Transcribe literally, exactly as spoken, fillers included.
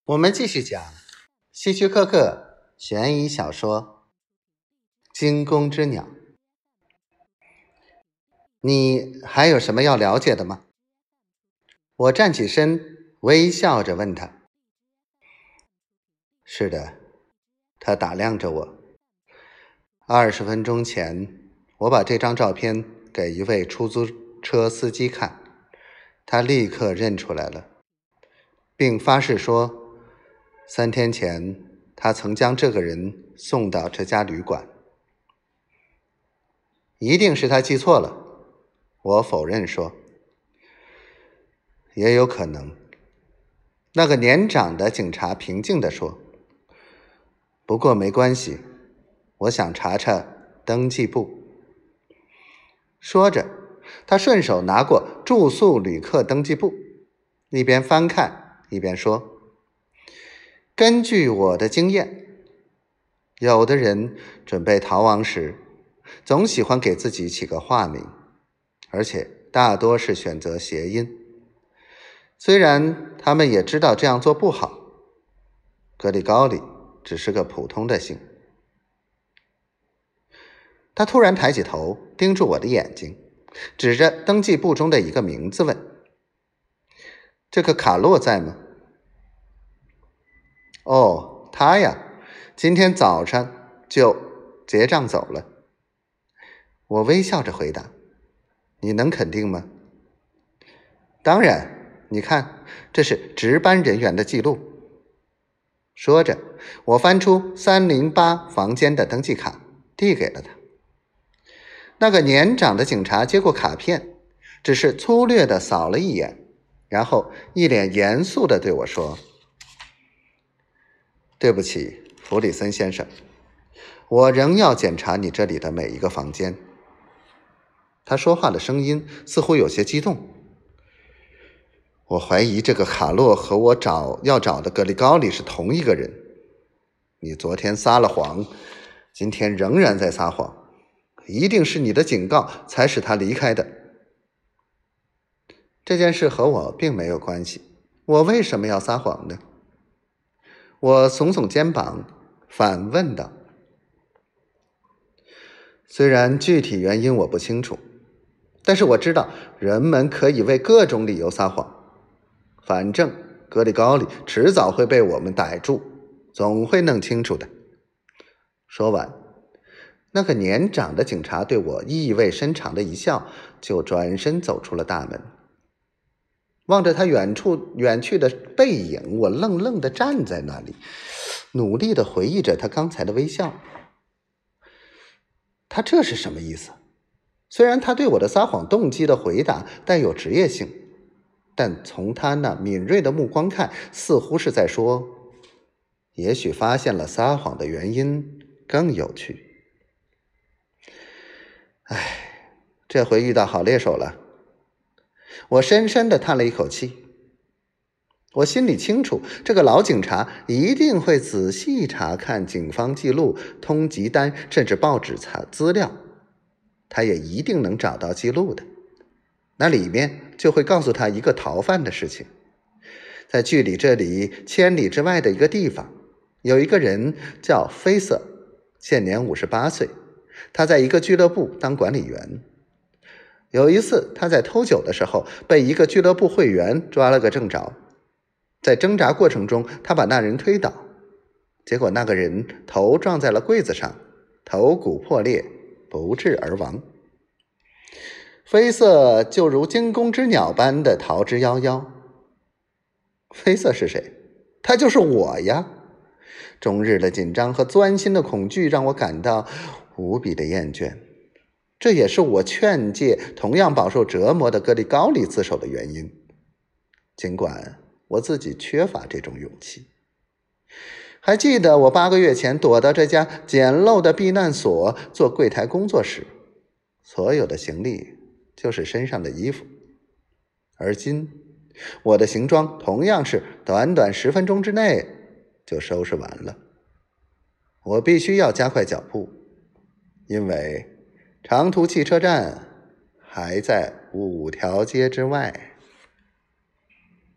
我们继续讲希区柯克悬疑小说《惊弓之鸟》。你还有什么要了解的吗？我站起身，微笑着问他。是的，他打量着我。二十分钟前，我把这张照片给一位出租车司机看，他立刻认出来了，并发誓说，三天前他曾将这个人送到这家旅馆。一定是他记错了，我否认说。也有可能，那个年长的警察平静地说。不过没关系，我想查查登记簿。说着，他顺手拿过住宿旅客登记簿，一边翻看一边说，根据我的经验，有的人准备逃亡时总喜欢给自己起个化名，而且大多是选择谐音。虽然他们也知道这样做不好，格里高里只是个普通的姓。他突然抬起头，盯住我的眼睛，指着登记簿中的一个名字问，这个卡洛在吗？哦，他呀，今天早上就结账走了。我微笑着回答，你能肯定吗？当然，你看，这是值班人员的记录。说着，我翻出三零八房间的登记卡，递给了他。那个年长的警察接过卡片，只是粗略地扫了一眼，然后一脸严肃地对我说，对不起，弗里森先生，我仍要检查你这里的每一个房间。他说话的声音似乎有些激动。我怀疑这个卡洛和我找要找的格里高里是同一个人。你昨天撒了谎，今天仍然在撒谎，一定是你的警告才使他离开的。这件事和我并没有关系，我为什么要撒谎呢？我耸耸肩膀，反问道。虽然具体原因我不清楚，但是我知道人们可以为各种理由撒谎。反正格里高里迟早会被我们逮住，总会弄清楚的。说完，那个年长的警察对我意味深长的一笑，就转身走出了大门。望着他远处远去的背影，我愣愣地站在那里，努力地回忆着他刚才的微笑。他这是什么意思？虽然他对我的撒谎动机的回答带有职业性，但从他那敏锐的目光看，似乎是在说，也许发现了撒谎的原因更有趣。唉，这回遇到好猎手了。我深深地叹了一口气。我心里清楚，这个老警察一定会仔细查看警方记录、通缉单，甚至报纸资料。他也一定能找到记录的，那里面就会告诉他一个逃犯的事情。在距离这里千里之外的一个地方，有一个人叫菲瑟，现年五十八岁，他在一个俱乐部当管理员。有一次他在偷酒的时候，被一个俱乐部会员抓了个正着。在挣扎过程中，他把那人推倒，结果那个人头撞在了柜子上，头骨破裂，不治而亡。菲瑟就如惊弓之鸟般的逃之夭夭。菲瑟是谁？他就是我呀！终日的紧张和钻心的恐惧让我感到无比的厌倦，这也是我劝诫同样饱受折磨的格里高里自首的原因，尽管我自己缺乏这种勇气。还记得我八个月前躲到这家简陋的避难所做柜台工作时，所有的行李就是身上的衣服，而今我的行装同样是短短十分钟之内就收拾完了。我必须要加快脚步，因为长途汽车站还在五条街之外。